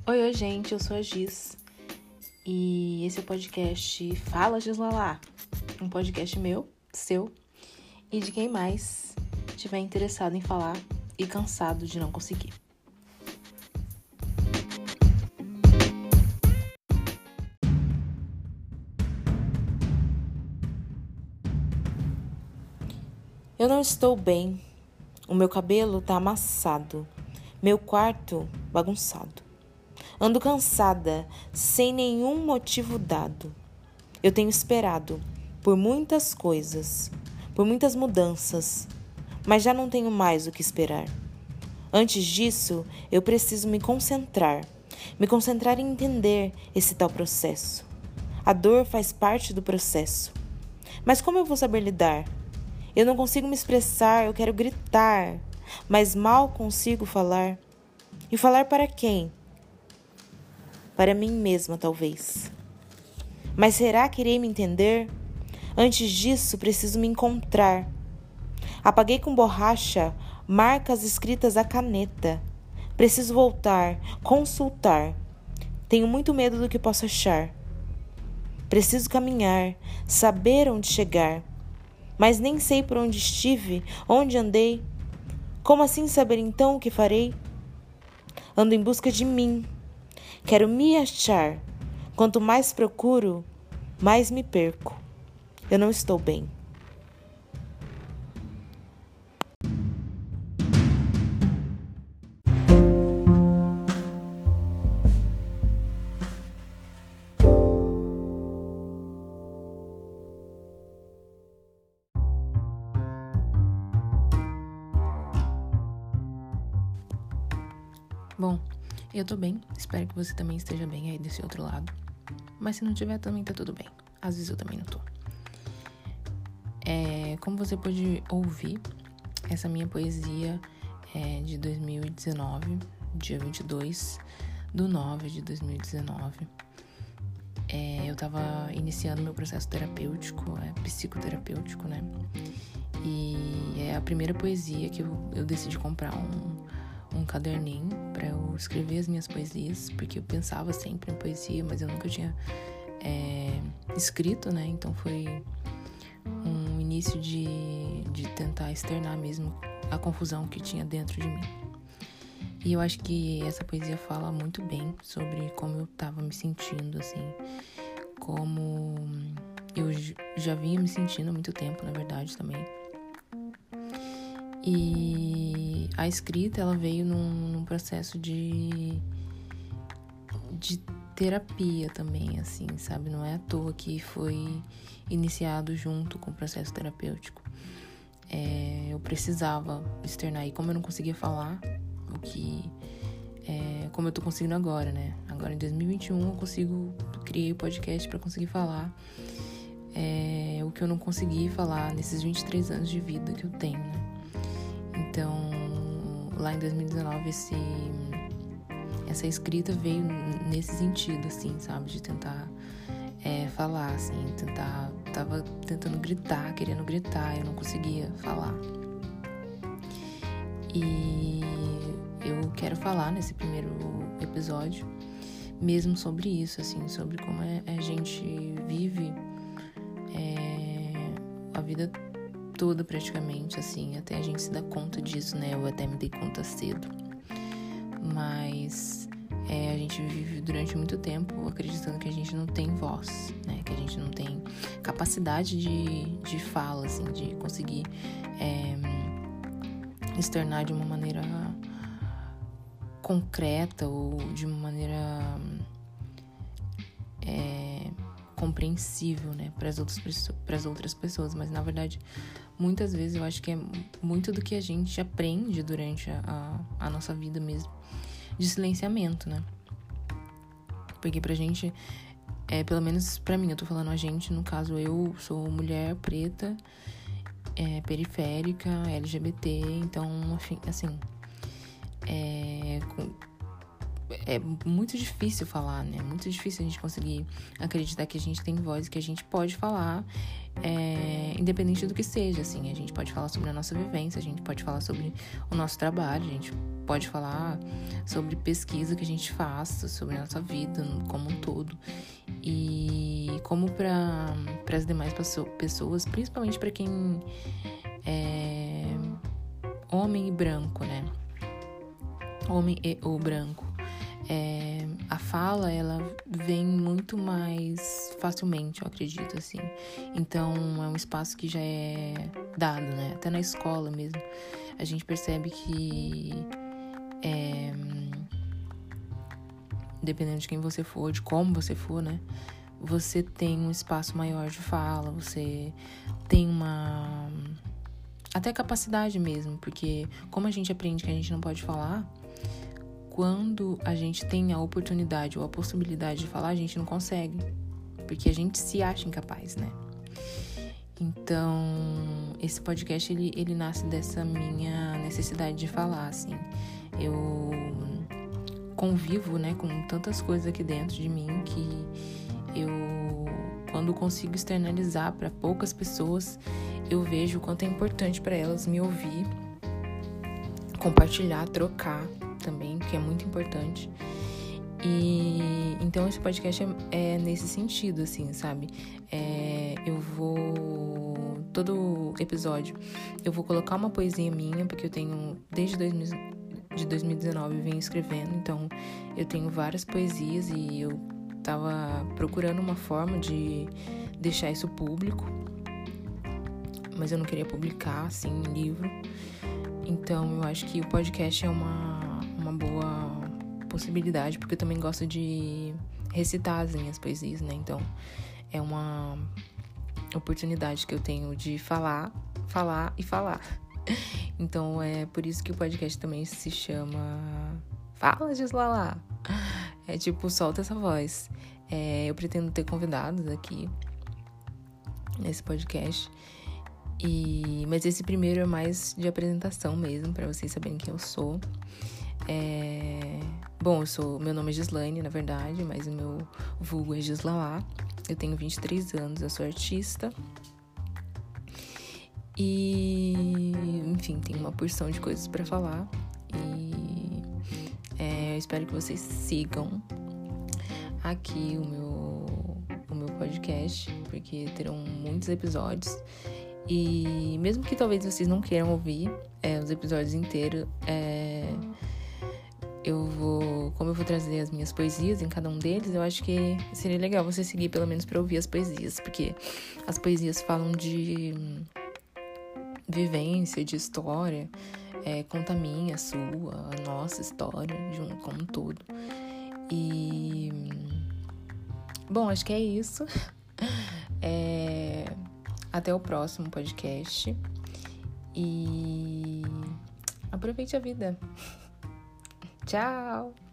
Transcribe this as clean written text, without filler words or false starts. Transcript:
Oi, gente, eu sou a Giz e esse é o podcast Fala Gislalá, um podcast meu, seu e de quem mais estiver interessado em falar e cansado de não conseguir. Eu não estou bem, o meu cabelo tá amassado, meu quarto bagunçado. Ando cansada, sem nenhum motivo dado. Eu tenho esperado por muitas coisas, por muitas mudanças, mas já não tenho mais o que esperar. Antes disso, eu preciso me concentrar em entender esse tal processo. A dor faz parte do processo. Mas como eu vou saber lidar? Eu não consigo me expressar, eu quero gritar, mas mal consigo falar. E falar para quem? Para mim mesma, talvez. Mas será que irei me entender? Antes disso, preciso me encontrar. Apaguei com borracha marcas escritas à caneta. Preciso voltar, consultar. Tenho muito medo do que posso achar. Preciso caminhar, saber onde chegar. Mas nem sei por onde estive, onde andei. Como assim saber então o que farei? Ando em busca de mim. Quero me achar. Quanto mais procuro, mais me perco. Eu não estou bem. Bom, eu tô bem. Espero que você também esteja bem aí desse outro lado. Mas se não tiver, também tá tudo bem. Às vezes eu também não tô. Como você pode ouvir, essa minha poesia é de 2019, dia 22/9/2019. Eu tava iniciando meu processo terapêutico, psicoterapêutico, né? E é a primeira poesia que eu decidi comprar um caderninho pra eu escrever as minhas poesias, porque eu pensava sempre em poesia, mas eu nunca tinha escrito, né? Então foi um início de tentar externar mesmo a confusão que tinha dentro de mim. E eu acho que essa poesia fala muito bem sobre como eu tava me sentindo, assim, como eu já vinha me sentindo há muito tempo, na verdade, também. E a escrita, ela veio num processo de terapia também, assim, sabe? Não é à toa que foi iniciado junto com o processo terapêutico. Eu precisava externar, e como eu não conseguia falar como eu tô conseguindo agora, né? Agora em 2021 criei o podcast pra conseguir falar o que eu não consegui falar nesses 23 anos de vida que eu tenho, né? Então, lá em 2019, essa escrita veio nesse sentido, assim, sabe? De tentar falar, assim, tava tentando gritar, querendo gritar, eu não conseguia falar. E eu quero falar nesse primeiro episódio mesmo sobre isso, assim, sobre como a gente vive a vida toda praticamente, assim, até a gente se dar conta disso, né? Eu até me dei conta cedo. Mas a gente vive durante muito tempo acreditando que a gente não tem voz, né? Que a gente não tem capacidade de fala, assim, de conseguir externar de uma maneira concreta ou de uma maneira compreensível, né, para as outras pessoas. Mas na verdade, muitas vezes eu acho que é muito do que a gente aprende durante a nossa vida mesmo, de silenciamento, né? Porque pra gente, pelo menos pra mim, eu tô falando a gente, no caso eu sou mulher preta, periférica, LGBT, então, assim, é muito difícil falar, né? É muito difícil a gente conseguir acreditar que a gente tem voz, que a gente pode falar, independente do que seja, assim. A gente pode falar sobre a nossa vivência, a gente pode falar sobre o nosso trabalho, a gente pode falar sobre pesquisa que a gente faça, sobre a nossa vida como um todo. E como para as demais pessoas, principalmente para quem é homem e branco, né? Homem e ou branco. A fala, ela vem muito mais facilmente, eu acredito, assim. Então, é um espaço que já é dado, né? Até na escola mesmo. A gente percebe que, dependendo de quem você for, de como você for, né? Você tem um espaço maior de fala, você tem uma... até capacidade mesmo, porque como a gente aprende que a gente não pode falar, quando a gente tem a oportunidade ou a possibilidade de falar, a gente não consegue, porque a gente se acha incapaz, né? Então, esse podcast, ele nasce dessa minha necessidade de falar, assim. Eu convivo, né, com tantas coisas aqui dentro de mim que quando consigo externalizar para poucas pessoas, eu vejo o quanto é importante para elas me ouvir, compartilhar, trocar também, que é muito importante. E então esse podcast é nesse sentido, assim, sabe? Eu vou... todo episódio eu vou colocar uma poesia minha, porque eu tenho, desde 2019 eu venho escrevendo, então eu tenho várias poesias e eu tava procurando uma forma de deixar isso público, mas eu não queria publicar, assim, em livro. Então eu acho que o podcast é uma boa possibilidade, porque eu também gosto de recitar as minhas poesias, né? Então é uma oportunidade que eu tenho de falar e falar. Então é por isso que o podcast também se chama Fala, Gislala! É tipo, solta essa voz. Eu pretendo ter convidados aqui nesse podcast. Mas esse primeiro é mais de apresentação mesmo, pra vocês saberem quem eu sou. Bom, meu nome é Gislaine, na verdade, mas o meu vulgo é Gislala. Eu tenho 23 anos, eu sou artista. E, enfim, tem uma porção de coisas pra falar. E eu espero que vocês sigam aqui o meu podcast, porque terão muitos episódios. E mesmo que talvez vocês não queiram ouvir os episódios inteiros, como eu vou trazer as minhas poesias em cada um deles, eu acho que seria legal você seguir pelo menos pra ouvir as poesias, porque as poesias falam de vivência, de história, conta a minha, a sua, a nossa história, como um todo. E bom, acho que é isso. Até o próximo podcast. E aproveite a vida. Tchau!